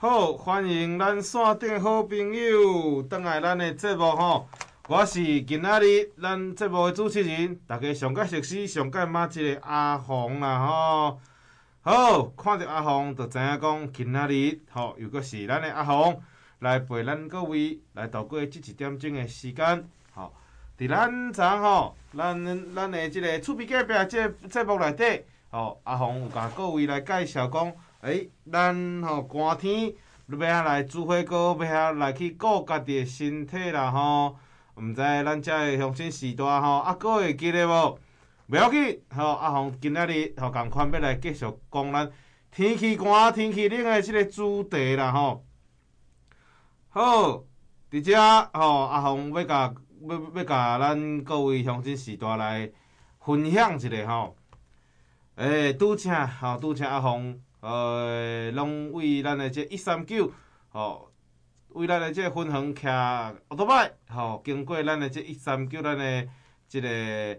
好，欢迎咱线顶好朋友倒来咱的节目吼。我是今仔日咱节目的主持人，大家上界熟悉、上界捌一个阿红啦吼。好，看到阿红就知影讲，今仔日吼又搁是咱的阿红来陪咱各位来度过这1点钟的时间。吼，伫咱昨吼，咱的即个厝边隔壁即个节目内底，吼阿红有甲各位来介绍讲。咱吼寒天要遐来煮火锅，要遐来去顾家己的身体啦吼。毋知咱遮的乡亲时代吼，各会记得无？袂要紧吼，阿红今仔日吼共款要来继续讲咱天气寒、天气冷的即个主题啦吼。好，伫遮吼，阿红要甲咱各位乡亲时代来分享一下吼。拄请阿红。拢为咱的这139吼，为咱的这分行骑奥多摆吼，经过咱的这139，咱的这个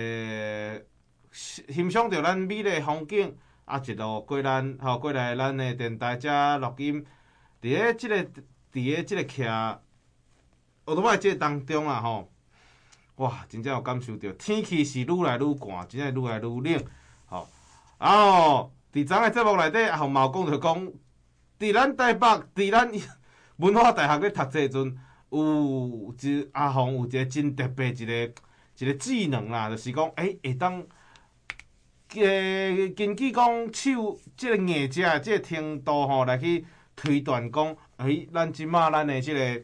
欣赏着咱美丽风景，一路过来咱的电台遮录音，伫个即个骑奥多摆这当中啦吼，哇，真正有感受到天气是愈来愈寒，真正愈来愈冷吼，伫昨个节目内底，阿红嘛有讲着讲，伫咱台北，伫咱文化大学咧读册阵，阿红有一个真特别一个技能啦，就是讲，会当根据讲手即个艺者即个程度吼，来去推断讲，咱即马咱即个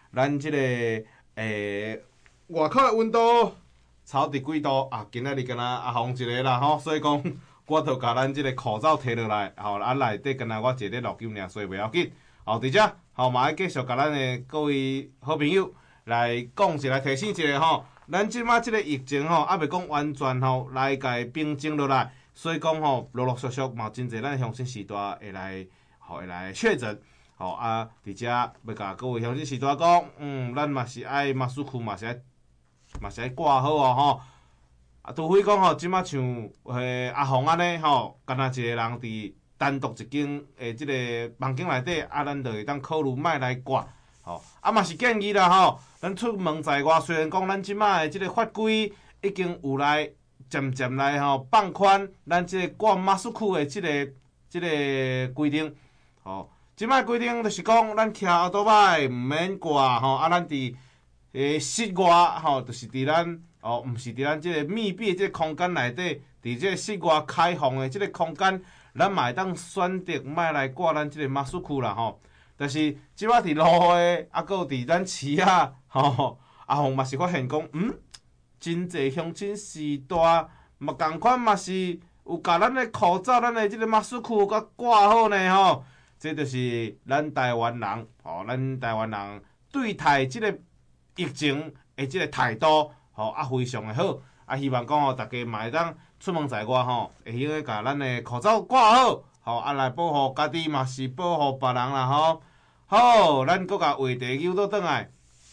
外口的温度超伫几度啊？今仔日敢若阿红一个啦吼，所以讲。我著甲咱即个口罩摕落来，吼，内底敢若我一个录音尔，所以袂要紧。吼，伫遮，吼嘛要继续甲咱的各位好朋友来讲一来提醒一下吼，咱即马即个疫情吼，还袂讲完全吼来甲伊平静落来，所以讲吼，陆陆续续嘛真侪咱乡亲时代会来确诊。吼伫遮要甲各位乡亲时代讲，咱嘛是爱马斯克嘛是爱挂好哦吼。除非讲吼，即马像阿红安尼吼，干若一个人伫单独一间即个房间内底，咱就会当考虑莫来挂吼。嘛是建议啦吼，咱出门在外，虽然讲咱即马的即个法规已经有来渐渐来吼放宽，咱即个挂马斯克的即个规定吼。即摆规定就是讲，咱骑奥多摆毋免挂吼，咱伫室外吼，就是伫咱。毋是伫咱即个密闭的即个空间内底，伫即个室外开放的即个空间，咱嘛会当选择莫来挂咱即个马斯克啦吼。但是即摆伫路的，搁有伫咱市啊，吼，阿红嘛是发现讲，真侪乡亲时代嘛共款嘛是有甲咱的口罩、咱的即个马斯克甲挂好呢吼。这就是咱台湾人，咱台湾人对待即个疫情的即个态度。非常的好，希望讲大家嘛会当出门在外会晓个甲咱的口罩挂好，来保护家己嘛是保护别人啦吼。好，咱搁甲话题扭倒转来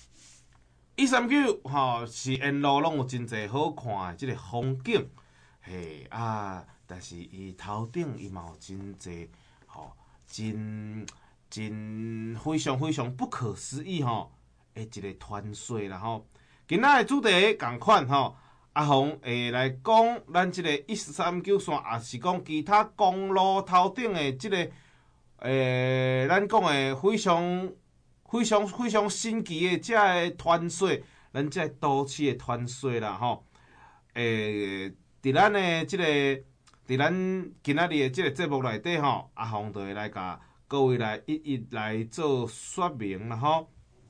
，139是沿路拢有真侪好看的即个风景，但是伊头顶伊嘛有真侪真非常非常不可思议的一个传说啦吼。今仔的主题共款吼，阿红会来讲咱即个139线，也是讲其他公路头顶的即个咱讲的非常神奇的遮个传说，咱遮个都市的传说啦吼。伫咱的即个，伫咱今仔日的即个节目内底吼，阿红就会来甲各位来一一来做说明啦吼。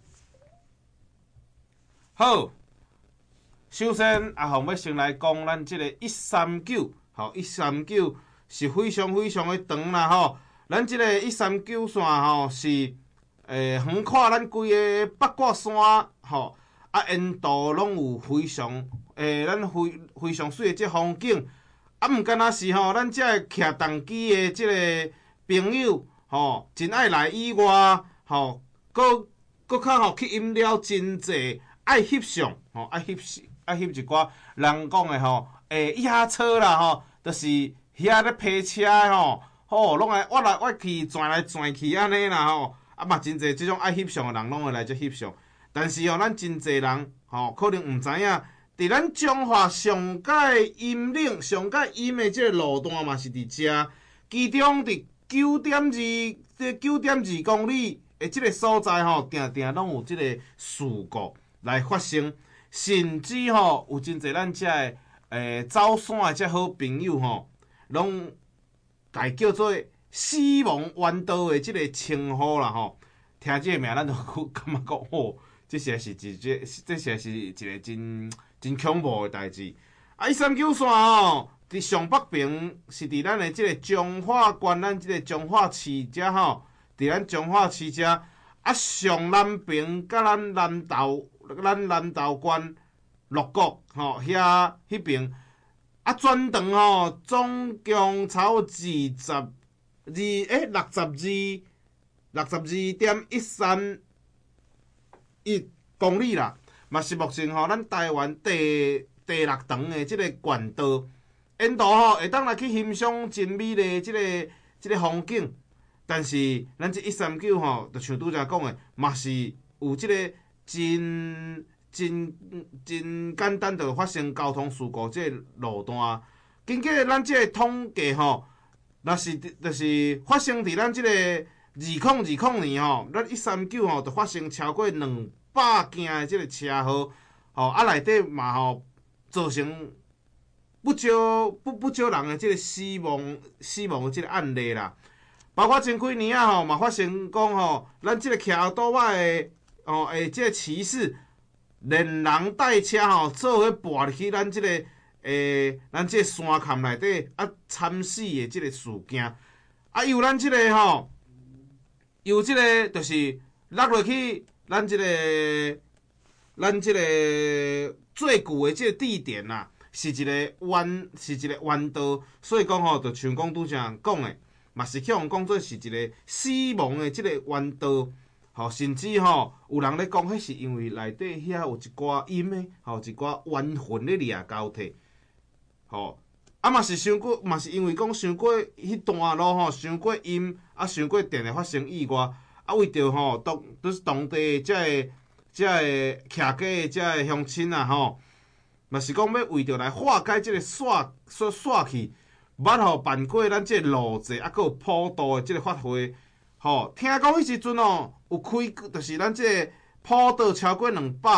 好，首先阿红要先来讲咱即个139，吼，139是非常非常的长啦吼。咱即个139线吼是横跨咱规个八卦山吼，沿途拢有非常咱非常水的即风景。毋干若是吼，咱遮个骑重机的即个朋友吼，真爱来以外吼，搁较去饮了真济。爱翕相吼，爱翕一寡人讲的吼，野车啦吼，就是遐咧批车吼， 吼，拢来挖去，转来转去安尼啦吼。啊嘛真侪即种爱翕相的人，拢会来这翕相。但是哦，咱真侪人吼，可能毋知影，伫咱中华上界阴岭、上界阴的即个路段嘛是伫遮，其中伫9.2公里的即个所在吼，定定拢有即个事故来发生，甚至吼有真侪咱遮的走山的遮好朋友吼，拢家叫做死亡弯道的即个称呼啦吼。听即个名，咱就感觉讲吼。这实是一个真恐怖的代志。啊，139线吼，伫上北边是伫咱的即个彰化县，咱即个彰化市遮吼，伫咱彰化市遮。啊，上南边甲咱南投县鹿谷吼，迄边啊转长吼，总共差不多62.131公里啦，嘛是目前吼咱台湾第6长的即个县道，沿途吼会当来去欣赏真美丽即个风景。但是咱这139吼，就像拄则讲的，嘛是有即个真简单就发生交通事故即个路段。根据咱即个统计吼，就是发生伫咱即个2020年吼，咱139吼就发生超过200件的即个车祸，吼啊内底嘛吼造成不少人的即个死亡的即个案例啦。包括前几年啊吼嘛发生讲吼，咱即个骑后倒仔的即个骑士连人带车吼做伙跋入去咱即个山坎内底啊惨死的即个事件。啊有咱即个吼。有即个就是落落去咱即个最旧的即个地点啦，是一个弯道，所以讲吼，就像讲拄则讲的，嘛是去互讲做是一个死亡的即个弯道，吼，甚至吼有人咧讲，迄是因为内底遐有一寡阴的，吼，一寡冤魂咧掠交替，吼。啊，嘛是因为讲伤过迄段路吼，伤过阴，啊，伤过电的发生意外，啊，为着吼就是当地遮个徛家的遮个乡亲啊吼，嘛是讲要为着来化解即个煞气，捌吼办过咱即个路祭，啊，佮有普渡的即个法会，吼，听讲迄时阵哦，有开就是咱即个普渡超过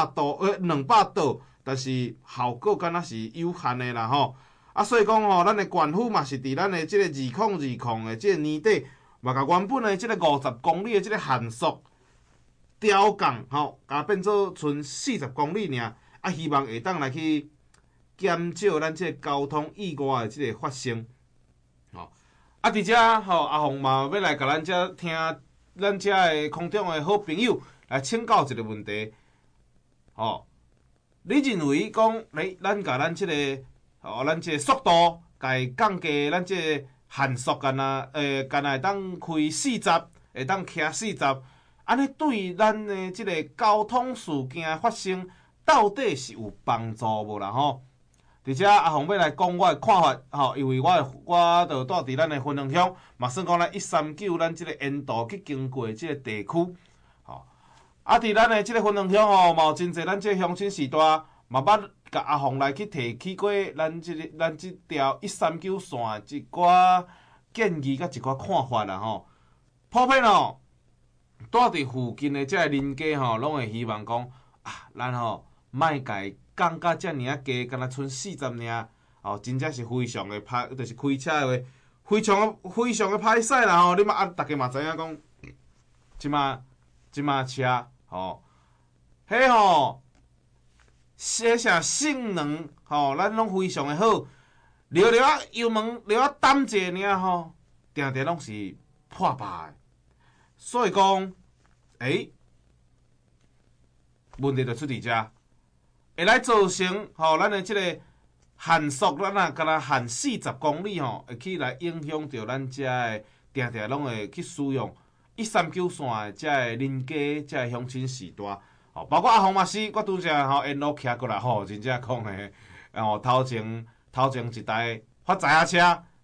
200道，但是效果敢若是有限的啦吼。啊，所以讲吼，咱的县府嘛是伫咱的即个2020的即个年底，嘛甲原本的即个50公里的即个限速调降吼，甲变做剩40公里尔。啊，希望会当来去减少咱即个交通意外的即个发生。吼，啊，伫遮吼，阿凤嘛要来甲咱遮听咱遮的空中的好朋友来请教一个问题。吼，你认为讲，咱甲咱即个咱即个速度，甲降低咱即个限速，干若会当开40，会当骑40，安尼对咱的即个交通事件发生，到底是有帮助无啦吼？而且阿凤要来讲我的看法吼，因为我就住伫咱的分塘乡，嘛算讲咱139咱即个沿途去经过即个地区，吼。啊，伫咱的即个分塘乡吼，嘛有真侪咱即个乡亲时代嘛捌。甲阿凤来去提起过咱即条139线一寡建议甲一寡看法啦吼。普遍吼，住伫附近的即个邻家吼，拢会希望讲啊，咱吼莫甲伊降甲遮尔啊低，敢若剩40尔，吼，真正是非常的就是开车的话，非常的歹势啦吼。你嘛大家嘛知影讲，即马车吼，迄吼。啥性能吼，咱拢非常的好，撩啊油门撩啊担者尔吼，定定拢是破败的。所以讲，问题就出伫遮，会来造成吼咱的即个限速，咱若敢若限40公里吼，会去来影响到咱遮的定定拢会去使用139线的遮的邻家遮的乡亲时代。吼，包括阿凤嘛是，我拄则吼沿路骑过来吼，真正讲诶，头前一台发财车，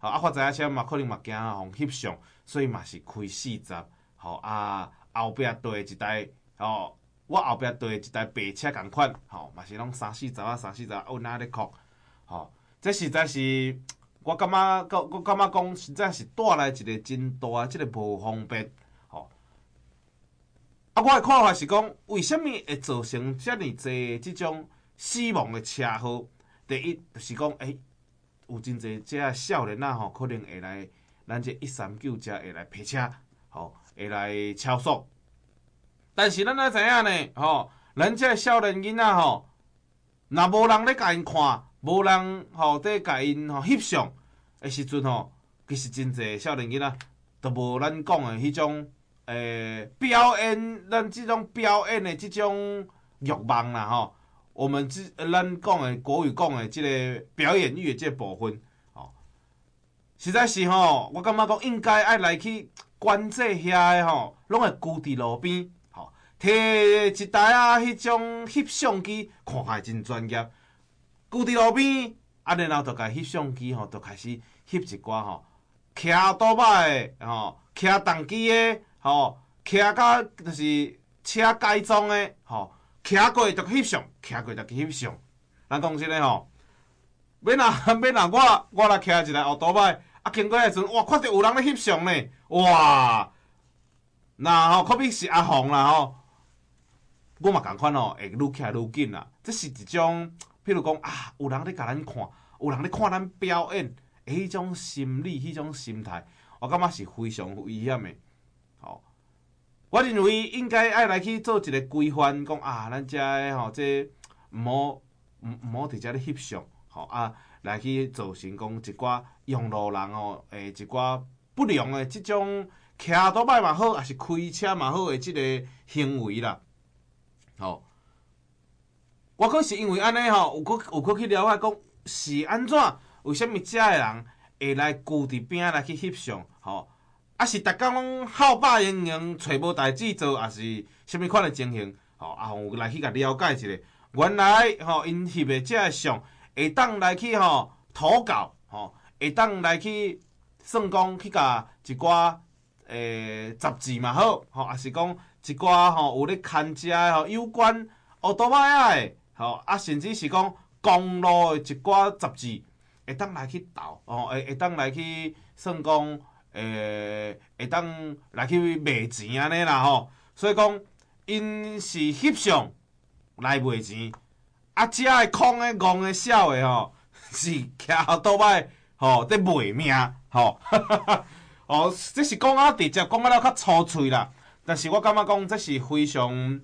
吼啊，发财车嘛可能嘛惊互翕相，所以嘛是开40，吼啊后壁对一台吼。我后壁对一台白车共款，吼，嘛是拢30-40啊，30-40稳啊咧哭，吼，这实在是我感觉讲实在是带来一个真大即个无方便，吼。啊，我的看法是讲，为什么会造成遮尔济即种死亡的车祸？第一就是讲，有真济遮少年仔吼，可能会来咱这139遮会来劈车，吼，会来超速。但是咱知影呢，吼，咱这少年囡仔吼，若无人咧甲因看，无人吼在甲因吼翕相的时阵吼，其实真济少年囡仔都无咱讲的迄种表演，咱即种表演的即种欲望啦吼。我们咱讲的国语讲的即个表演欲的即个部分，吼，实在是吼，我感觉讲应该爱来去管制遐的吼，拢会居伫路边。摕一台迄种翕相机，看起来真专业。居伫路边，然后就甲翕相机吼，就开始翕一寡吼，骑奥多摆的吼，骑重机的吼，骑甲就是车改装的吼，骑过就翕相，骑过就翕相。咱讲真诶吼，要若我来骑一台奥多摆，经过迄阵，哇，看到有人咧翕相呢，哇！那吼，可比是阿红啦吼。我嘛共款吼，会愈骑愈紧啦。这是一种，譬如讲啊，有人咧甲咱看，有人咧看咱表演，迄种心理、迄种心态，我感觉是非常危险的。吼，我认为应该爱来去做一个规范，讲啊，咱遮个吼，这毋好伫遮咧翕相，吼啊，来去造成讲一寡用路人吼，一寡不良的即种骑倒摆嘛好，还是开车嘛好的即个行为啦。吼，我阁是因为安尼吼，有阁去了解讲是安怎？为什物遮个人会来居伫边来去翕相？吼，啊是逐工拢好饱盈盈，找无代志做，还是啥物款的情形？吼，啊，有来去甲了解一下。原来吼，因翕的遮个相会当来去吼投稿，吼会当来去算讲去甲一寡杂志嘛好，吼，还是讲。一寡吼有咧牵遮诶吼有关奥多摆仔吼啊，甚至是讲公路诶一寡杂志，会当来去投吼，会当来去算讲会当来去卖钱安尼啦吼。所以讲因是翕相来卖钱，啊遮诶空诶戆诶小诶吼是骑奥多摆吼在卖命吼，哦，这是讲啊直接讲啊了较粗脆啦。但是我感觉讲，这是非常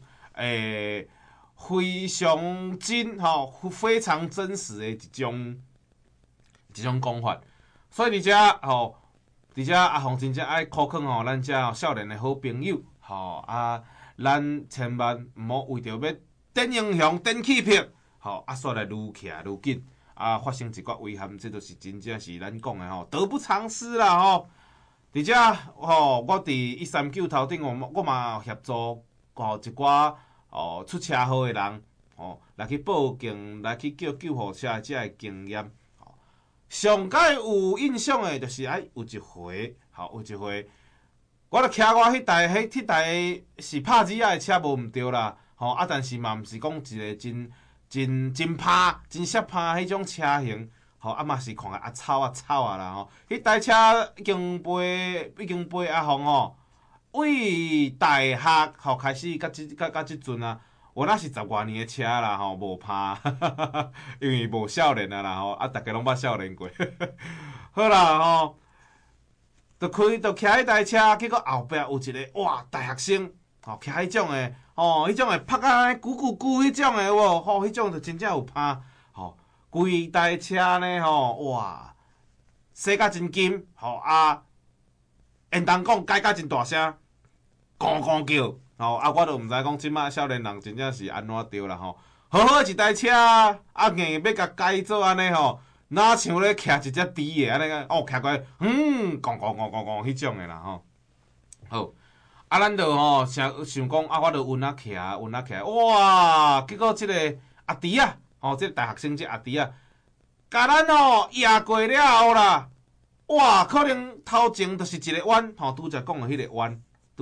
非常真吼，非常真实的一种讲法。所以伫遮吼，伫遮阿红真正爱考劝吼，咱遮少年的好朋友吼啊，咱千万毋好为着要顶英雄、顶气魄吼啊，煞来愈骑愈紧啊，发生一寡危险，这就是真正是咱讲的吼，得不偿失啦吼。伫遮吼，我伫139头顶，我嘛协助吼一寡出车祸的人吼，来去报警，来去叫救护车遮个经验。上届有印象的，就是有一回，有一回，我著骑我迄台是拍子仔的车无毋对啦，吼啊，但是嘛毋是讲一个真拍、真适拍迄种车型。吼，啊嘛是看个臭啦吼！迄台车已经陪阿红吼，为大学吼开始到即阵啊，我那是10外年的车啦吼，无拍，因为无少年啊啦吼，啊大家拢捌少年过。好啦吼，就骑迄台车，结果后壁有一个哇大学生吼，骑迄种的吼，迄种的拍啊咕迄种的有无？吼，迄种就真正有拍吼。规台车呢吼，哇，洗甲真金吼啊！因当讲改甲真大声，咕咕叫吼啊！我都毋知讲即摆少年人真正是安怎着啦吼。好好一台车啊，硬要甲改做安尼吼，哪像咧骑一只猪的安尼个哦，骑过来咕迄种的啦吼。好，啊，咱就吼想讲啊，我就运啊骑，哇！结果即个阿弟啊！哦，这大学生这阿弟啊，甲咱吼压过了后啦， 哇，可能头前就是一个弯，吼，拄则讲的迄个弯，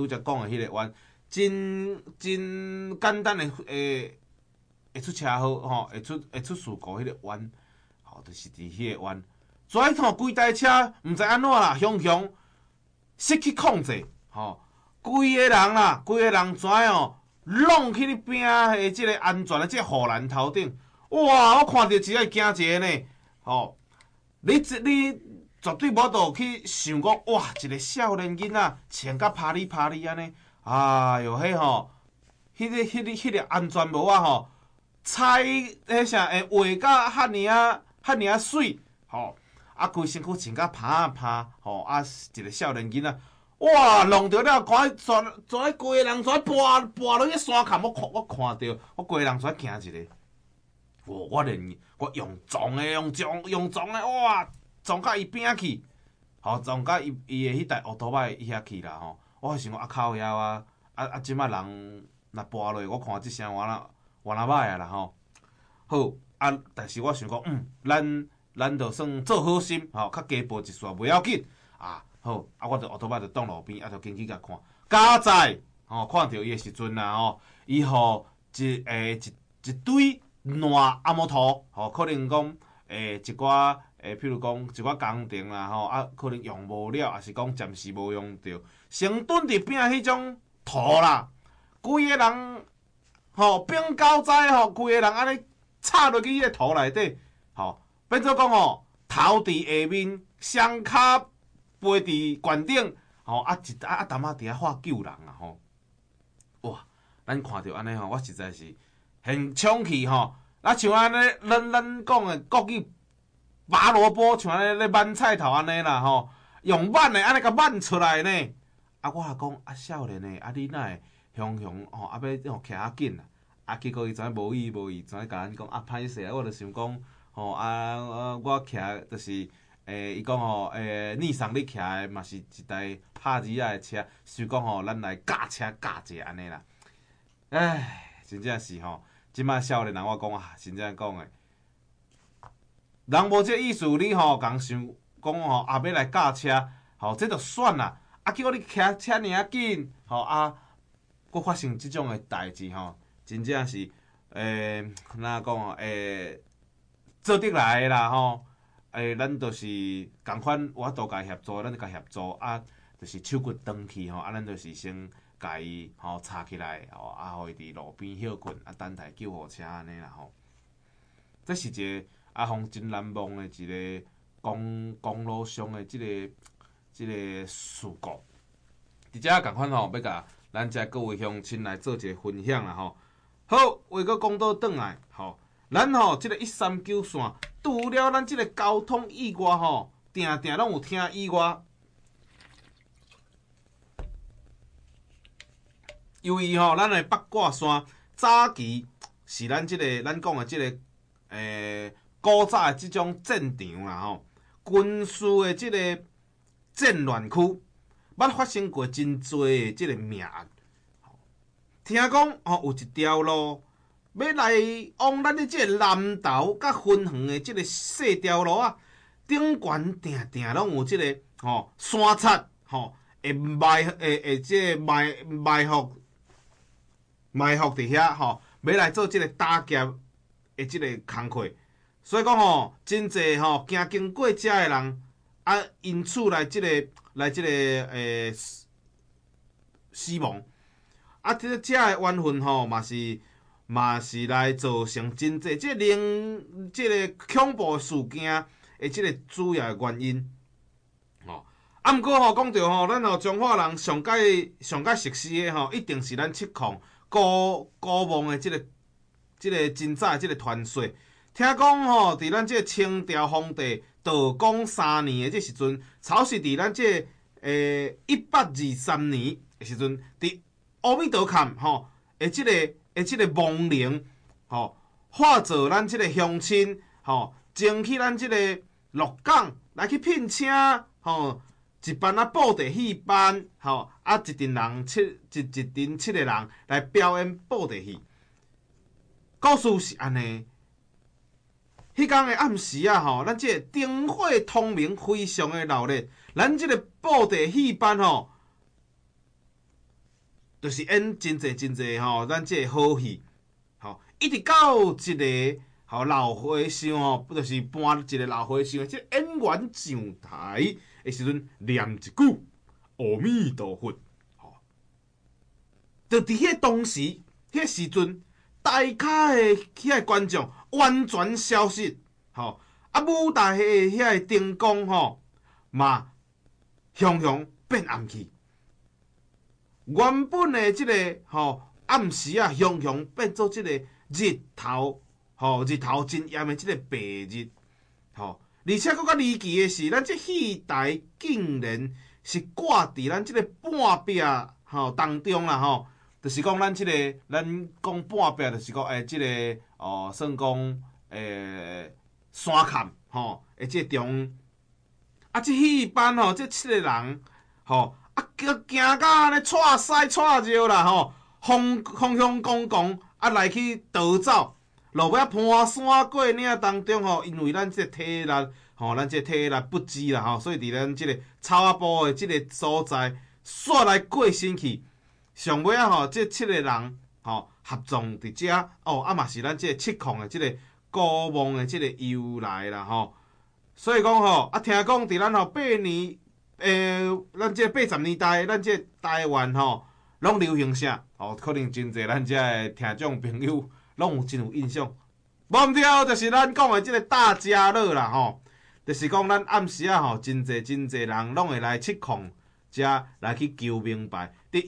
真简单的会出车祸，吼，会出事故迄个弯，吼，就是伫迄个弯。跩吼规台车毋知安怎啦，雄失去控制，吼，规个人跩哦，弄去你边的即个安全的即个护栏头顶。哇！我看着真爱惊一个呢，吼！你绝对无度去想讲，哇！一个少年囡仔穿甲啪哩安尼，哎哟，迄吼，迄个安全帽啊吼，踩迄啥画甲遐尔水，吼！啊，规身躯穿甲啪，吼！啊，一个少年囡仔，哇！弄着了，赶紧全规个人全跋落去山坎，我看着，我规个人全惊一个。我用撞的，哇，撞到伊边去，吼，撞到伊的迄台乌托邦伊遐去啦吼。我想讲啊靠腰啊，即摆人若跋落，我看即声我若歹啊啦吼。好啊，但是我想讲，咱就算做好心，吼，较加步一撮袂要紧啊。好啊，我着乌托邦着挡路边，啊，着紧去甲看。加在吼，看到伊的时阵啦吼，伊吼一堆。烂阿摩托，吼，可能讲一寡譬如讲一寡工程啦，吼啊，可能用无了，也是讲暂时无用着，先蹲伫边迄种土啦，规个人吼变狗仔吼，规个人安尼插落去迄个土内底，吼，变做讲吼头伫下面，双骹背伫悬顶，吼啊淡仔伫遐喊救人啊吼，哇，咱看着安尼吼，我实在是。很冲气吼，啊像安尼，咱讲的国语拔萝卜，像安尼咧挽菜头安尼啦吼，用挽的安尼甲挽出来呢。啊，我讲啊少年的，啊你哪会雄吼啊要吼徛较紧啦？啊结果伊怎无意，怎甲咱讲啊歹势啊，我着想讲吼我徛就是伊讲吼逆上你徛的嘛是一台拍字仔的车，想讲吼咱来驾车驾者安尼啦。唉，真正是吼。即摆少年人，我讲啊，真正讲诶，人无这意思，你吼共想讲吼啊要来驾车，吼这着算啦。啊叫你徛遮尔紧，吼啊，佫发生即种诶代志吼，真正是哪讲哦做得来诶啦吼。咱就是共款，我都甲协助，咱就甲协助啊，就是手骨断去吼，啊咱就是先。甲伊吼插起来，吼啊，互伊伫路边休困，啊，等待救护车安尼啦吼。这是一个阿峰真难忘的一个公路上的即个事故。伫遮共款吼，要甲咱遮各位乡亲来做一个分享啦吼。好，话阁讲倒转来，吼，咱吼即个139线，除了咱即个交通意外吼，定拢有听意外。由于吼，咱的八卦山早期是咱讲的古早的即种战场啦吼，军事的即个战乱区，捌发生过真多的即个命案。听讲吼，有一条路要来往咱的即个南投甲分园的即个细条路啊，顶悬定拢有即个吼山贼吼会埋伏伫遐吼，要来做即个打劫的即个工课，所以讲吼，真济吼经过遮的人啊，因此来即个死亡。啊，遮的冤魂吼，嘛是来造成真济即个恐怖事件的即个主要的原因。吼，啊，毋过吼讲到吼，咱吼彰化人上界熟悉的吼，一定是咱七矿。古墓的即个真早的即个传说，听讲吼，伫咱即个清朝皇帝道光3年的即时阵，草是伫咱即个1823年的时阵，伫阿弥陀坎吼的即个亡灵吼，化作咱即个乡亲吼，前去咱即个鹿港来去聘请吼。一班布袋戏班，吼啊，一群7个人来表演布袋戏。故事是安尼， 迄天的暗时啊，吼，咱即个灯火通明，非常的热烈。咱即个布袋戏班吼，就是演真侪吼，咱即个好戏，吼，一直到一个吼老和尚吼，就是搬一个老和尚，即演员上台的时阵念一句阿弥陀佛，吼，就伫迄当时，迄时阵。台骹的遐个观众完全消失，吼！啊，舞台的遐个灯光吼嘛，熊熊变暗去。原本的即个吼暗时啊，熊熊变做即个日头，吼日头真炎的即个白日，吼！而且佫较离奇的是，咱这戏台竟然是挂伫咱即个半壁吼当中啦，吼！就是讲，咱咱讲半壁，就是讲，即个算讲，山坎吼，即个中，啊，即戏班吼，即7个人，吼，啊，行到安尼踹屎踹尿啦，吼，风风光光，啊，来去逃走，落尾攀山过岭当中吼，因为咱即个体力，吼，咱即个体力不支啦，吼，所以伫咱即个草仔埔的即个所在，煞来过身去。上尾啊吼，即7个人吼合葬伫遮哦，啊嘛是咱即个七孔的即个古墓的即个由来啦吼。所以讲吼，啊听讲伫咱吼8年，咱即个80年代，咱即个台湾吼拢流行啥？哦，可能真侪咱遮的听众朋友拢有真有印象。无毋对，就是咱讲的即个大家乐啦吼，就是讲咱暗时啊吼，真侪人拢会来七孔。遮来去求明白，伫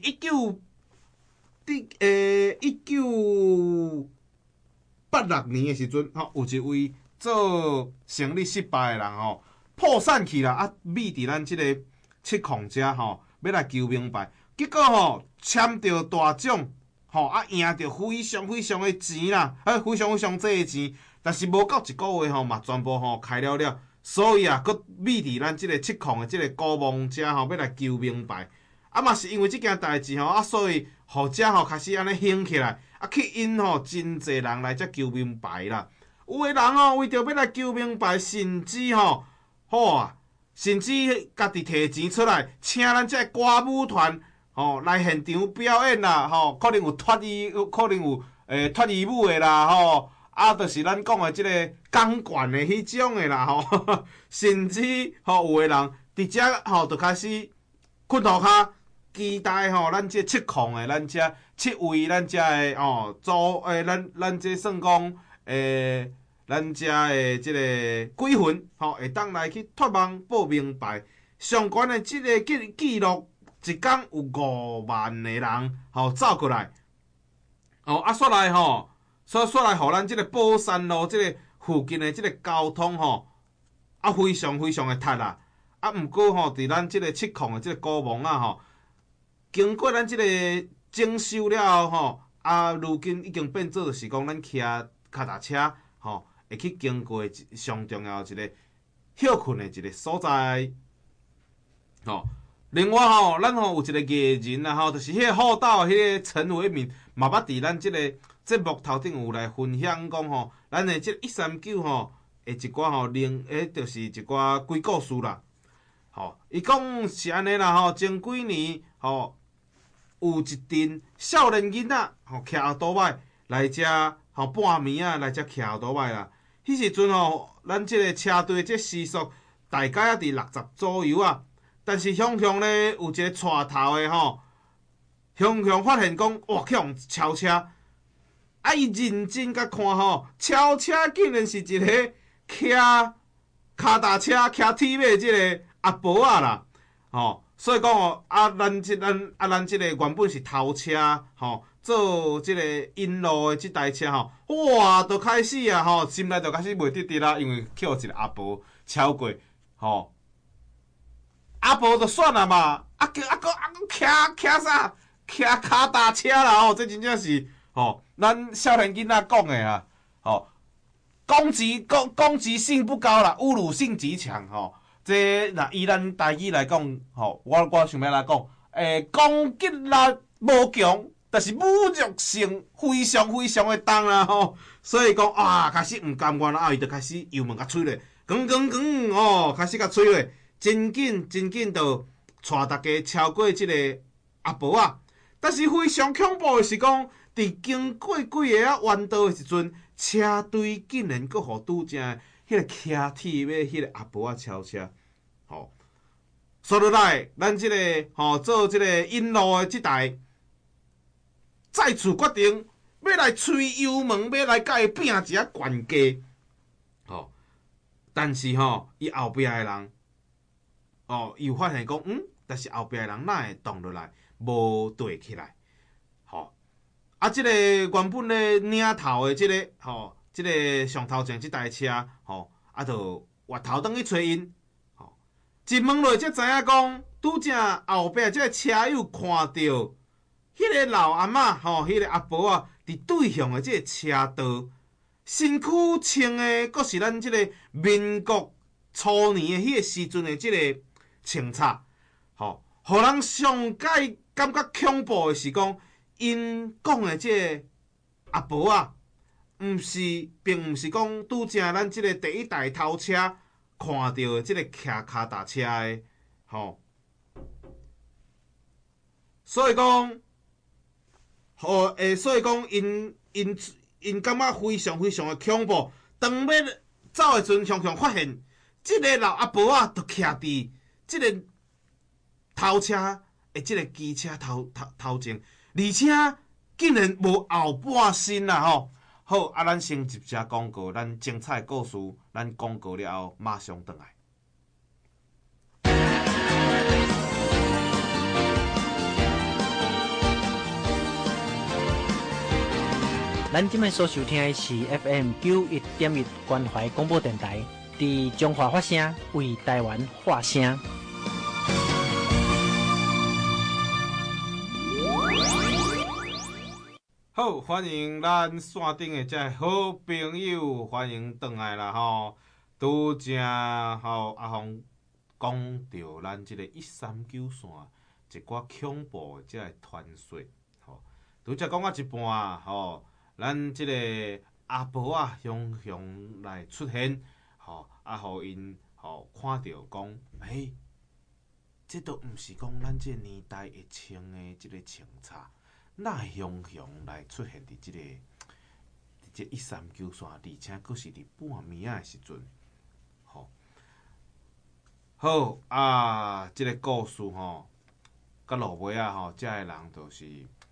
1986年的时阵，吼有一位做生意失败的人吼，破产去啦，啊，秘伫咱即个七矿遮吼，要来求明白，结果吼签着大奖，吼啊赢着非常的钱啦，非常济的钱，但是无到一个月吼嘛，全部吼开了。所以啊，佫秘伫咱即个七矿的即个古墓遮吼，要来求明白。啊嘛是因为即件代志吼，啊所以互遮吼开始安尼兴起来，啊去因吼真侪人来遮求明白啦。有诶人吼为着要来求明白，甚至吼好啊，甚至家己摕钱出来，请咱遮歌舞团吼来现场表演啦，吼可能有脱衣，可能有脱衣舞诶啦，吼。啊，就是咱讲的即个钢管的迄种的啦，吼，甚至吼有诶人伫遮吼就开始困涂骹，期待吼咱即七矿的咱遮7位咱遮的咱这算讲咱遮的即个鬼魂吼，会当来去托梦报明白。相关的即个记录，一天有5万个人吼走过来，啊，煞来吼。所以来，互咱即个宝山路即个附近的即个交通吼，啊非常的塌啦。啊，毋过吼，伫咱即个七矿的即个古墓啊吼，经过咱即个整修了后吼，啊，如今已经变做就是讲咱骑脚踏车吼，会去经过上重要一个休困的一个所在。吼，另外吼，咱吼有一个艺人啊吼，就是迄个厚道迄个陈伟敏，嘛捌伫咱即个节目头顶有来分享讲吼，咱的即139吼，的一寡吼就是一寡鬼故事啦。吼，伊讲是安尼啦吼，前几年吼有一阵少年囡仔吼骑后倒摆来遮吼半暝啊来遮骑后倒摆啦。迄时阵吼，咱即个车队即时速大概啊伫60左右啊，但是向咧有一个带头的吼，向发现讲哇去互超车。啊！伊认真甲看吼，超车竟然是一个骑脚踏车、骑铁马即个阿婆啊啦，吼！所以讲吼，咱即个原本是头车吼，做即个引路的即台车吼，哇，就开始啊吼，心内就开始袂得得啦，因为去互一个阿婆超过吼，阿婆就算啦嘛，佫骑啥？骑脚踏车啦吼，这真正是。吼，咱少年囡仔讲的啊，吼，攻击性不高啦，侮辱性极强吼。这若以咱台语来讲，吼，我想要来讲，攻击力无强， 但是侮辱性非常非常的重啦吼，所以讲啊，开始毋甘愿啊，伊就开始油门甲吹咧，开始甲吹咧，真紧就带大家超过即个阿婆啊。但是非常恐怖的是讲，伫经过几个弯道的时阵，车队竟然阁互拄正迄个骑铁要迄个阿婆啊超车，吼，说落来，咱即个做即个引路的即台。再次决定要来吹油门，要来甲伊拼一下悬价，但是伊后壁的人，又发现讲，但是后壁的人哪会动落来，无对起来，即个原本咧领头的即个，即个上头前即台车，就滑头转去找因，一问落才知影讲，拄则后壁即个车友看到。迄个老阿嬷迄个阿婆啊，伫对向的即个车道，身躯穿的，阁是咱即个民国初年的迄个时阵的即个穿插，互人上界感觉恐怖的是讲，因讲的即个阿婆啊，并毋是讲拄正咱即个第一台头车看到的即个骑脚踏车的，所以讲。所以讲，因感觉非常非常的恐怖。当要走的时阵，雄雄发现，即个老阿婆啊，就徛伫即个头车的即个机车头前，而且竟然无后半身啦吼。好，咱先接只广告，咱精彩故事，咱广告了后马上回来。 咱即摆所收听的是 FM 91.1关怀广播电台，伫中华发声，为台湾发声。 好，欢迎咱线顶的这好朋友，欢迎回来啦吼！拄正阿峰讲到咱即个139线一寡恐怖的这个传说，拄则讲到一半咱即个阿婆啊，雄来出现，互因看到讲，这都毋是讲咱即个年代会穿的即个穿插，哪雄来出现伫即个139线，而且佫是伫半暝仔的时阵，好啊，即个故事到落尾啊遮个人就是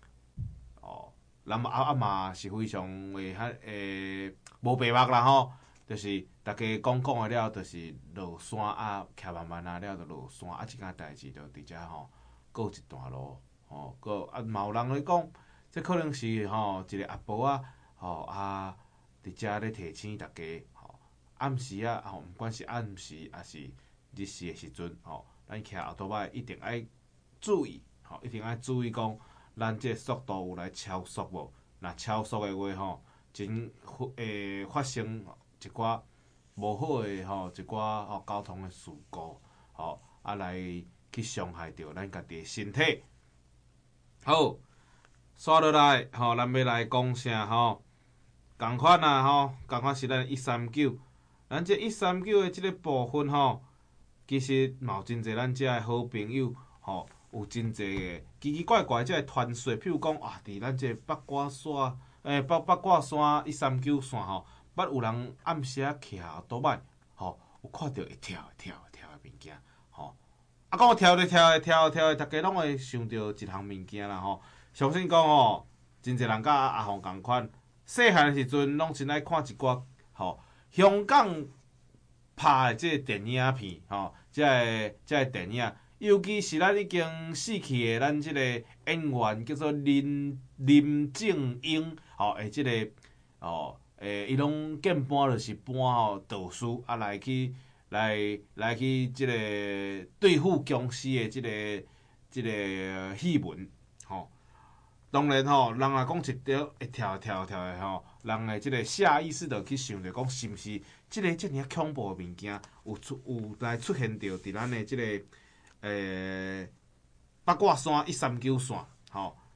咱阿嬷是非常无白目啦吼，就是大家讲的了，就是落山啊，骑慢慢啊了就落山啊，即件代志就伫遮告一段落嘛有人咧讲，这可能是一个阿婆啊伫遮咧提醒大家暗时啊毋管是暗时还是日时的时阵咱骑后头摆一定爱注意一定爱注意讲。咱这速度有来超速无？若超速的话真会发生一寡无好的一寡交通的事故来去伤害到咱家己的身体。好，刷落来咱要来讲啥共款啊共款是咱139，咱这139的即个部分其实嘛有真侪咱遮的好朋友有真侪个奇奇怪怪即个传说，譬如讲伫咱即个八卦山八卦山139线捌有人暗时啊骑后倒摆有看到会跳的物件讲跳的，大家拢会想到一项物件啦相信讲真侪人甲阿峰共款，细汉的时阵拢真爱看一寡香港拍的即个电影片即个电影。尤其是咱已经死去的咱即个演员叫做林正英即个伊拢见搬就是搬道士来去即个对付僵尸的即个戏文当然人若讲一条会跳的人的即个下意识就去想着讲是毋是即个遮尔恐怖的物件有来出现着伫咱的即个八卦山139线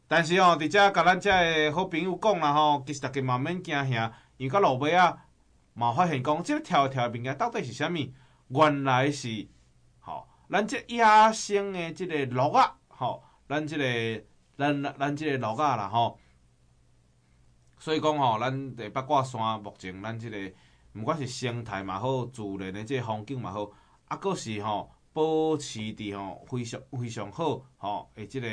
但是吼，伫遮甲咱遮个好朋友讲啦吼，其实大家嘛免惊吓，因为到落尾啊，嘛发现讲，即个跳的物件到底是啥物？原来是吼，咱即野生的即个鹿仔吼，咱即个咱即个鹿仔啦吼。所以讲吼，咱伫八卦山目前咱即个，毋管是生态嘛好，自然的即个风景嘛好，啊，佫是吼保持伫吼非常好吼的即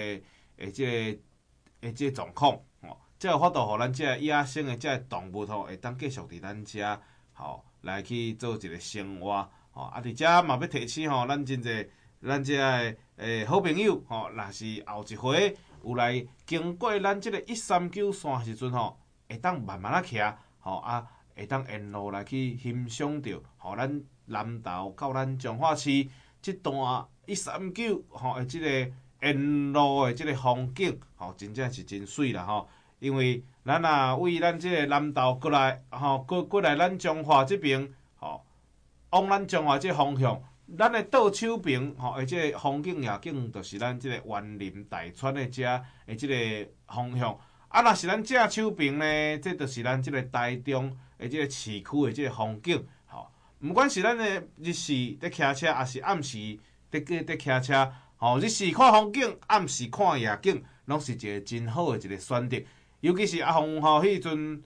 个状况吼，才有法度互咱即个野生的即个动物吼，会当继续伫咱遮吼来去做一个生活吼。啊，伫遮嘛要提醒吼，咱真侪咱遮个好朋友吼，若是后一回有来经过咱即个139线时阵吼，会当慢慢徛吼啊，会当沿路来去欣赏到吼咱南投到咱彰化市即段139吼的即个沿路的即个风景吼，真正是真水啦吼。因为咱为咱即个南投过来吼，过来咱彰化即边吼，往咱彰化即个方向，咱的倒手边吼，而即个风景夜景，就是咱即个园林大川的遮的即个方向。啊，若是咱正手边呢，这就是咱即个台中的即个市区的即个风景吼。毋管是咱的日时伫骑车，还是暗时伫骑车。吼，日时看风景，暗时看夜景，拢是一个真好的一个选择。尤其是阿凤吼，迄阵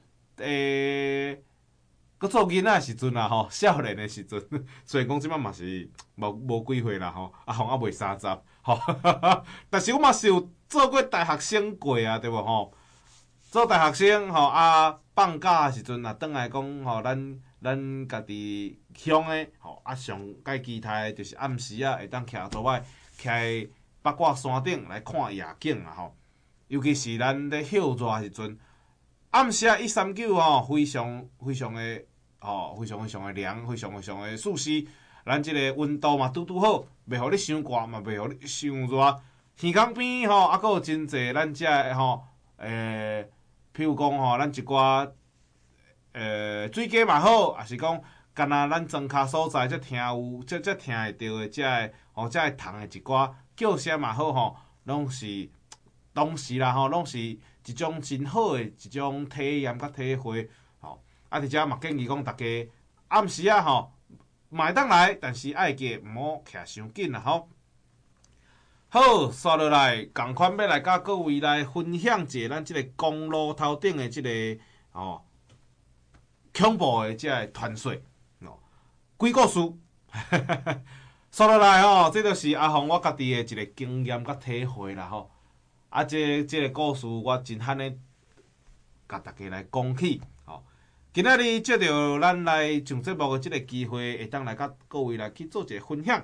搁做囡仔的时阵啦，吼，少年的时阵，虽然讲即摆嘛是无几岁啦，吼，阿凤还未30，吼，但是我嘛是有做过大学生过啊，对无吼？做大学生吼放假的时阵啊，转来讲吼，咱家己乡的吼上介期待就是暗时会当徛桌摆。徛八卦山顶来看夜景啊吼，尤其是咱咧歇热时阵，暗时139吼，非常的吼，非常的凉，非常的舒适。咱即个温度嘛拄好，袂互你伤寒，嘛袂互你伤热。耳孔边吼，还佫有真侪咱遮的吼，譬如讲吼，咱一寡水鸡嘛好，也是讲。干那咱庄脚所在，才听有，才听会到的，才会虫的一寡叫声嘛好吼，拢是当时啦吼，拢是一种真好的一种体验甲体会吼。啊，伫遮嘛建议讲，大家暗时吼，嘛会当来，但是爱记毋好徛伤紧啦吼。好，刷落来，共款要来甲各位来分享一下咱即个公路头顶的即个恐怖的即个传说。鬼故事，说落来吼，这就是阿凤我家己的一个经验甲体会啦吼。啊，这个故事我真罕的甲大家来讲起吼。今仔日借着咱来上节目的这个机会，会当来甲各位来去做一个分享。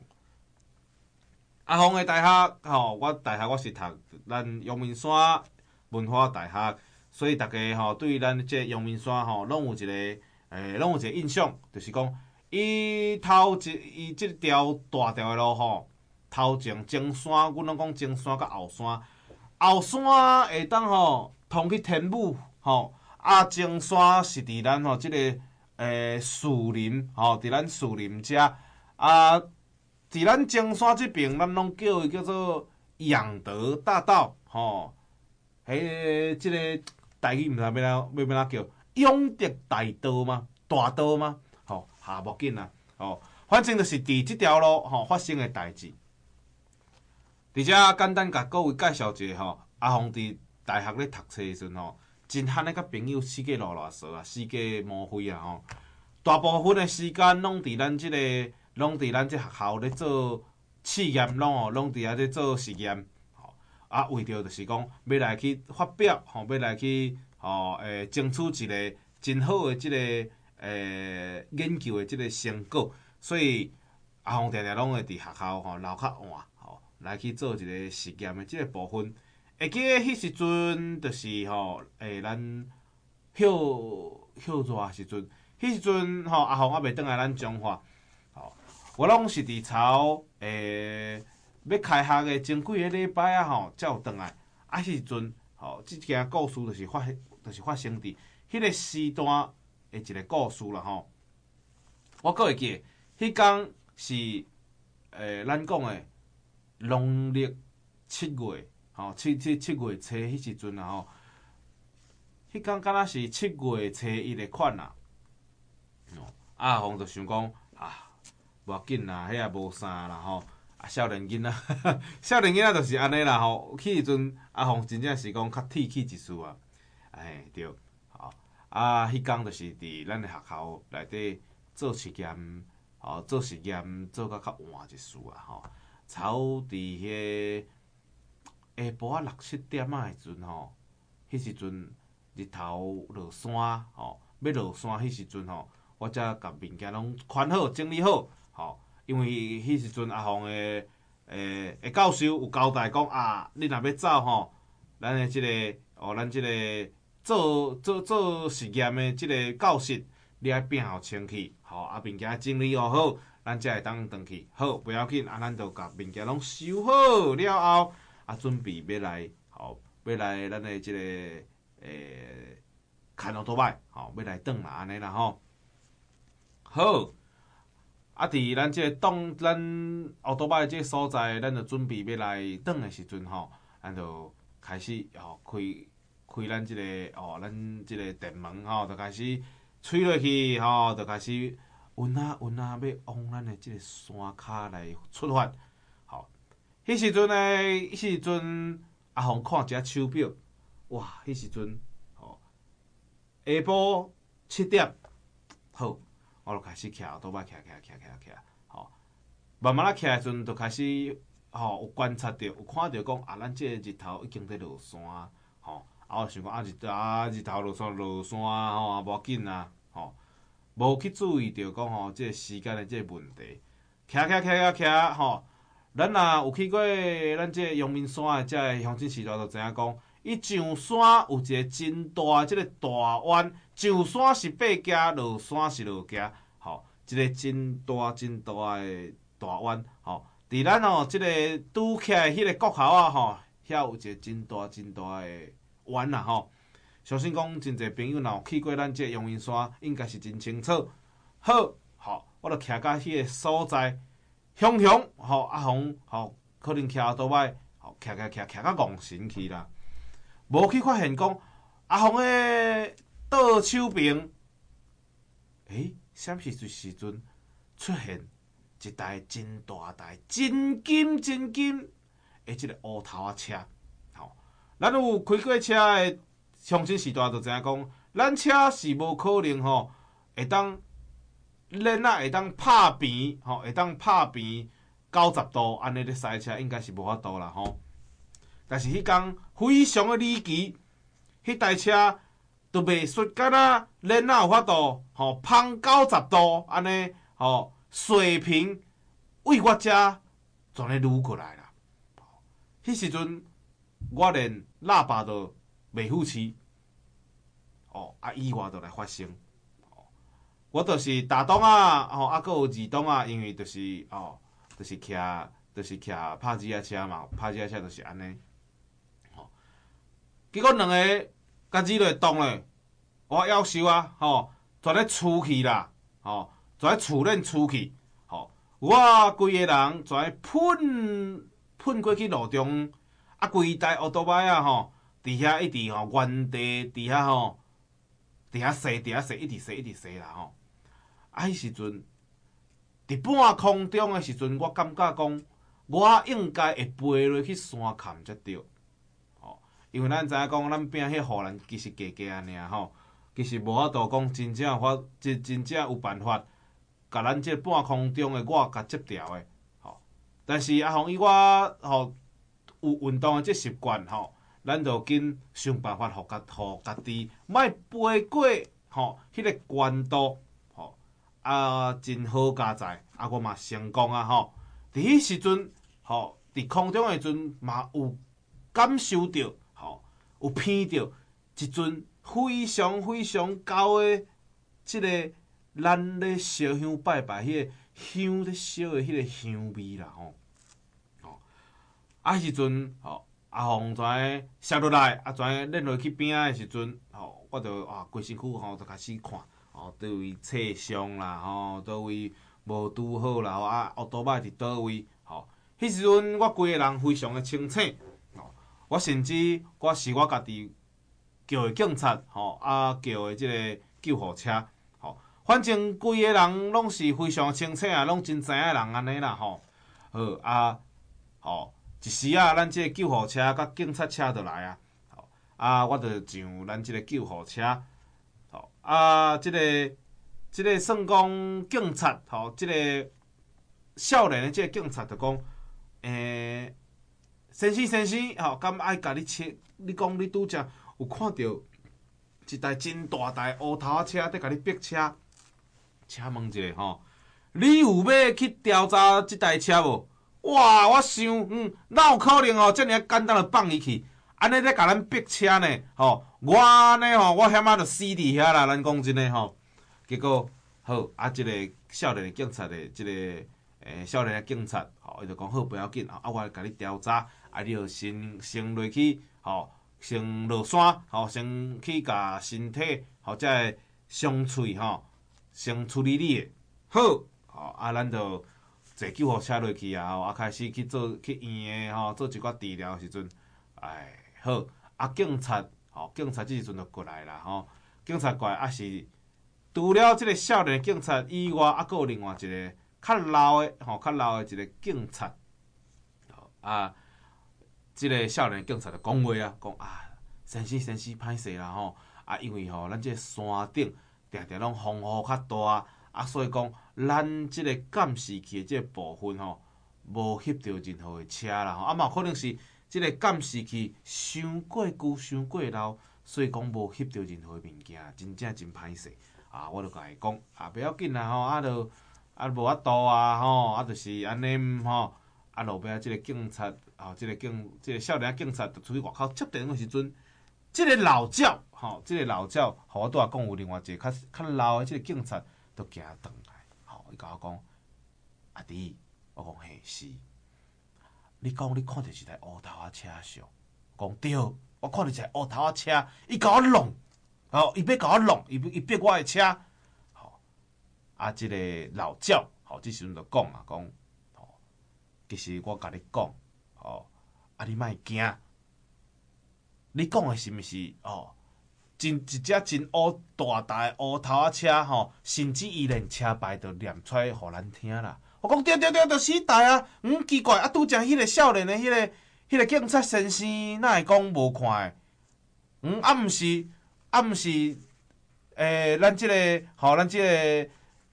阿凤的大学吼，我大学我是读咱阳明山文化大学，所以大家吼对咱这阳明山吼，拢有一个印象，就是讲。伊即条大条的路吼，头前前山，阮拢讲前山甲后山，后山会当吼通去天母吼，啊前山是伫咱吼即个树林吼，伫咱树林遮啊，伫咱前山即边，咱拢叫伊叫做养德大道吼，即个台语毋知要怎叫，永德大道吗？大道吗？无紧啦，反正就是伫即条路发生的代志。伫遮简单甲各位介绍一下阿凤伫大学咧读册时阵真罕咧甲朋友四界落踅啊，四界摸飞啊大部分的时间拢伫咱即学校咧做试验，拢伫遐咧做实验啊，为着就是讲要来去发表要来去争取一个真好的即个。研究的即个成果，所以阿凤常常拢会伫学校留较晚来去做一个实验的即个部分。会记得迄时阵就是咱休热时阵，迄时阵阿凤还袂转来咱彰化，我拢是伫朝要开学的前几个礼拜才有转来。啊，迄时阵即件故事就是发生伫迄个时段。一个故事啦吼，我佫会记，迄天是咱讲的农历7月月初迄时阵啊吼，迄天敢若是7月初1的款啦。阿红就想讲无要紧啦，迄也无啥啦吼。少年囡仔，少年囡仔就是安尼啦吼。迄时阵阿红真正是讲较铁气一丝啊，对，吼。迄天就是伫咱的学校内底做实验，做实验做甲较晚一丝啊吼。差不多伫迄下晡6、7点的时阵吼，迄时阵日头落山吼，要落山迄时阵吼，我才甲物件拢款好整理好吼。因为迄时阵阿红的教授有交代讲你若要走吼，咱的咱即个做实验的即个教室，你爱变好清气吼，物件整理好，咱才会当转去。好，不要紧，咱就甲物件拢收好了后，准备要来咱的即个牵奥多摆吼，要来转啦安尼啦吼。好。伫咱即个咱奥多摆即个所在，咱就准备要来转的时阵吼，咱就开始开咱即个咱即个电门吼，就开始吹落去吼，就开始运要往咱的即个山骹来出发。吼，迄时阵阿红看一下手表，哇，迄时阵下晡7点，好。我就开始徛奥多摆，徛，吼，慢慢徛的时阵，就开始有观察到，有看到讲咱即个日头已经在落山，吼，我想讲日头落山吼，无要紧啦，吼，无去注意到讲即个时间的即个问题，徛，吼，咱若有去过咱即个阳明山的即个乡亲时代，就知影讲。伊上山有一个真大即个大弯，上山是爬架，落山是落架，吼，一个真大的大弯，吼。伫咱即个拄起来迄个国校吼，遐有一个真大的弯啦，吼。相信讲真侪朋友若有去过咱即个阳明山，应该是真清楚。好，吼，我著徛到迄个所在，雄，吼，阿红，吼，可能徛倒摆，吼，徛到戆神去啦。无去发现讲阿红的倒手边，啥时阵出现一台真大台、真金的即个乌头仔车，吼，咱有开过车的乡亲时代就知影讲，咱车是无可能吼会当咱会当拍平，吼，会当拍平90度安尼咧驶车，应该是无法度啦，吼。但是迄天非常的离奇，迄台车都袂说敢若咱有法度吼碰90度安尼吼水平为我遮全咧愈过来啦。迄时阵我连喇叭都袂扶持，意外就来发生。我就是大档阁有二档因为就是徛拍子仔车嘛，拍子仔车就是安尼。结果两个甲二落动咧，我夭寿吼，全咧出去啦，吼，全咧厝恁出去，吼，我规个人全咧喷过去路中，规台奥多摆吼，伫遐一直原地伫遐吼，伫遐踅，一直踅啦吼。迄时阵伫半空中的时阵，我感觉讲，我应该会飞落去山坎才对。因为咱知影讲，咱拼迄护栏其实加尔吼，其实无法度讲真正有办法，甲咱即个半空中的我甲接掉的吼。但是阿红伊我吼有运动的即习惯吼，咱就紧想办法互家己莫飞过吼迄个悬度吼真好加载我嘛成功吼。伫迄时阵吼，伫空中的时阵嘛有感受到。有闻到一阵非常高的即个咱咧烧香拜拜迄个香咧烧的迄个香味啦吼。迄时阵阿红跩摔落来，跩扔落去边仔的时阵我就规身躯就开始看倒位侧伤啦倒位无拄好啦奥多摆伫倒位迄时阵我规个人非常的清醒。 我甚至我是我家己叫的警察，叫的即个救护车，反正规个人拢是非常清醒啊，拢真知影人安尼啦，好一时啊，咱即个救护车甲警察车就来啊，我就上咱即个救护车，即个算讲警察，即个少年的即个警察就讲，先生，敢爱甲你切？你讲你拄则有看到一台真大台乌头仔车在甲你逼车？请问一下你有要去调查即台车无？哇！我想，哪有可能遮尔简单就放伊去？安尼咧甲咱逼车呢？我呢我险仔就死伫遐啦！咱讲真诶结果好即个少年的警察的即个少年的警察，伊就讲好不要紧我来甲你调查，你就先落去先落山先去甲身体才会伤喙先处理你的好咱就坐救护车落去开始去做去院的做一寡治疗的时阵，好警察即时阵就过来啦警察过来是除了即个少年的警察以外，阁有另外一个较老的一个警察即个少年的警察就讲话讲先生歹势啦因为咱即个山顶定定拢风雨较大所以讲咱即个监视器的即个部分无翕到任何的车啦嘛有可能是即个监视器伤过旧伤过老，所以讲无翕到任何的物件，真正真歹势我就甲伊讲不要紧啦就无法度就是安尼落尾即个警察即个少年警察就出去外口接电话的时阵，即个老鸟即个老鸟，我拄仔讲有另外一个较老的即个警察都行转来伊甲我讲阿弟，我讲嘿是，你讲你看到一台乌头仔车上，讲对，我看到一台乌头仔车，伊甲我弄伊要甲我弄，伊逼我的车即个老鸟即时阵就讲讲其实我甲你讲你莫惊，你讲的是毋是真一只真大台乌头仔车甚至伊连车牌都念出来互咱听啦。我讲对，就是迄台奇怪拄则迄个少年的迄个警察先生，哪会讲无看的？毋是咱即个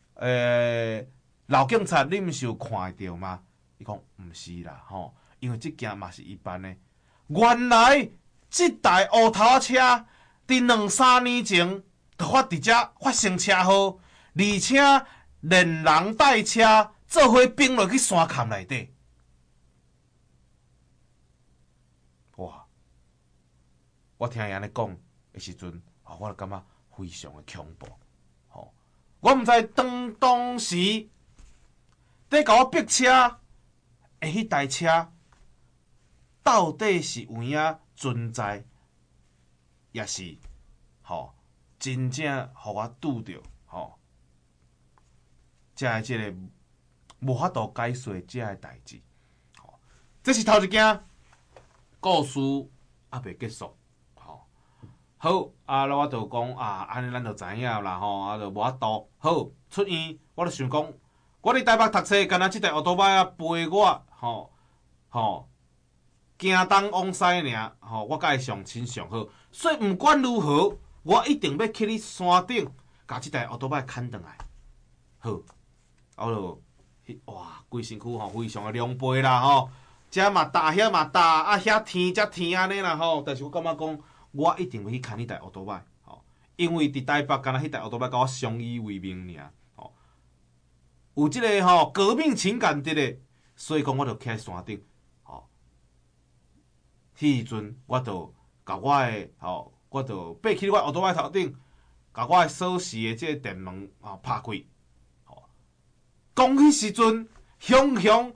老警察，你毋是有看得到吗？伊讲毋是啦因为即件嘛是一般的。原来即台乌头仔车伫2-3年前就伫遮发生车祸，而且连人带车做伙并落去山坎内底。哇！我听伊安尼讲的时阵我就感觉非常的恐怖我毋知当时在甲我逼车的迄台车到底是有影存在，也是真正互我拄着才即个无法度解释即个代志这是头一件故事未结束好我就讲安尼咱就知影啦就无法度好出院，我就想讲我伫台北读册，敢若即台乌托邦陪我行东往西尔我甲伊上亲上好，所以毋管如何，我一定要去你山顶，甲即台乌托邦牵转来。好，我就规身躯非常的凉背啦遮嘛大，遐嘛大遐天则天安尼啦但是我感觉讲，我一定要去牵迄台乌托邦因为伫台北敢若迄台乌托邦甲我相依为命尔有即个革命情感伫咧，所以讲我就徛在山顶迄时阵我就甲我就爬去我乌托邦头顶，甲我锁匙的即个电门拍开讲迄时阵雄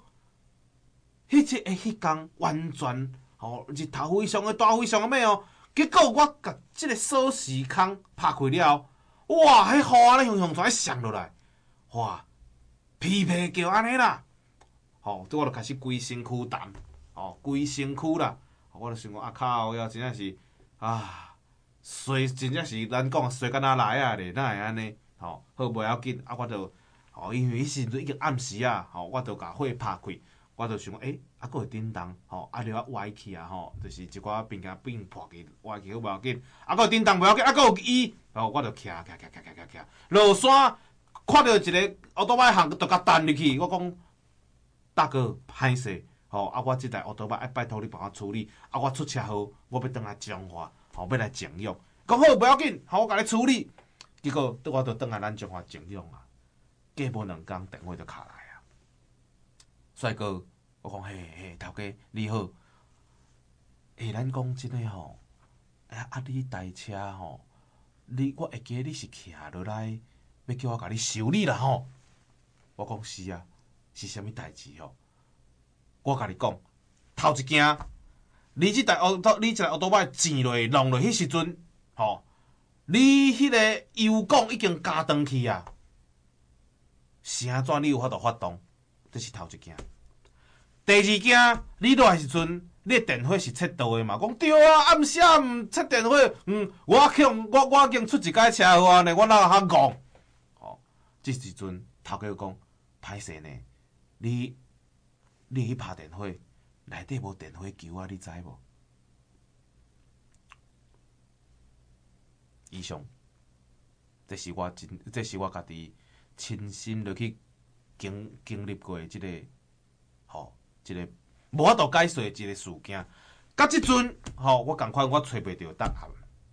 迄天完全日头非常的大，非常的美结果我甲即个锁匙孔拍开了后，哇！迄雨安尼雄全上落来，哇！噼噼叫安尼啦，我就开始规身躯湿，规身躯啦， 我就想讲靠呀，真正是衰，真正是咱讲衰干哪来啊咧？哪会安尼？好无要紧，我就因为迄时阵已经暗时啊，我就甲火拍开，我就想讲，佫会叮当，了歪去啊，就是一寡物件变破去歪去，好无要紧，佫会叮当无要紧，佫有伊，我就徛，落山看到一个奥多摆行，就甲弹入去，我讲大哥歹势，我即台奥多摆爱拜托你帮我处理，我出车祸，我要转来彰化，要来静养，讲好无要紧，我甲你处理，结果我就转来咱彰化静养啊，过无2工电话就敲来啊，帅哥。我讲嘿，头家你好，咱讲真诶吼，你台车吼，我会记得你是徛落来，要叫我甲你修理啦吼。我讲是啊，是啥物代志吼？我甲你讲，头一件，你即台奥多摆钱落弄落迄时阵，你迄个油管已经加长去啊，是安怎你有法度发动？这是头一件。第二件，你落来时阵，你电火是切倒的嘛？讲对啊，暗时毋切电火，我已经出一解车祸啊呢，我哪会较戆？这时阵头家讲，歹势呢，你去拍电火，内底无电火球啊，你知无？以上，这是我家己亲身落去经历过的一个一个无法度解释的一个事件，到即阵，我共款我找袂到答案，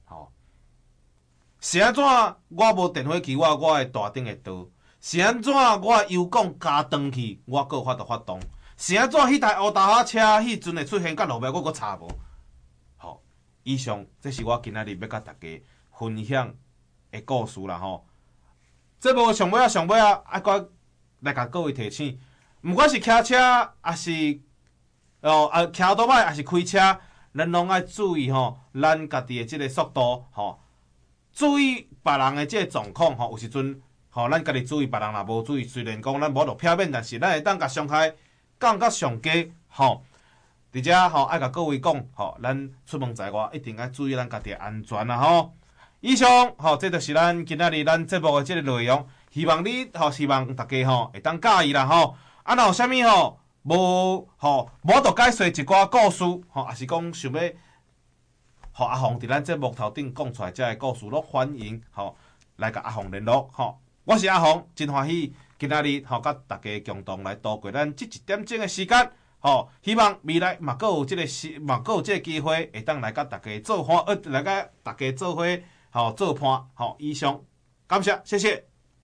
是安怎我无电火机，我的大顶会倒？是安怎我的油管加长去，我佫有法度发动？是安怎迄台乌大哈车迄阵会出现甲路尾，我佫查无？以上这是我今仔日要甲大家分享的故事啦节目上尾啊，搁来甲各位提醒。毋管是骑车，还是骑倒摆，还是开车，咱拢爱注意咱家己的即个速度注意别人的即个状况有时阵咱家己注意，别人若无注意，虽然讲咱无落漂面，但是咱会当甲伤害降到上低而且爱甲各位讲咱出门在外一定要注意咱家己的安全啦以上这就是咱今仔日咱节目的即个内容，希望你希望大家会当介意啦若有啥物无度解说一寡故事也是讲想要阿凤伫咱节目头顶讲出来遮个故事，拢欢迎来甲阿凤联络我是阿凤，真欢喜今仔日甲大家共同来度过咱即1点钟的时间希望未来嘛佫有即个机会会当来甲大家做伙来甲大家做伙做伴以上感谢，谢谢。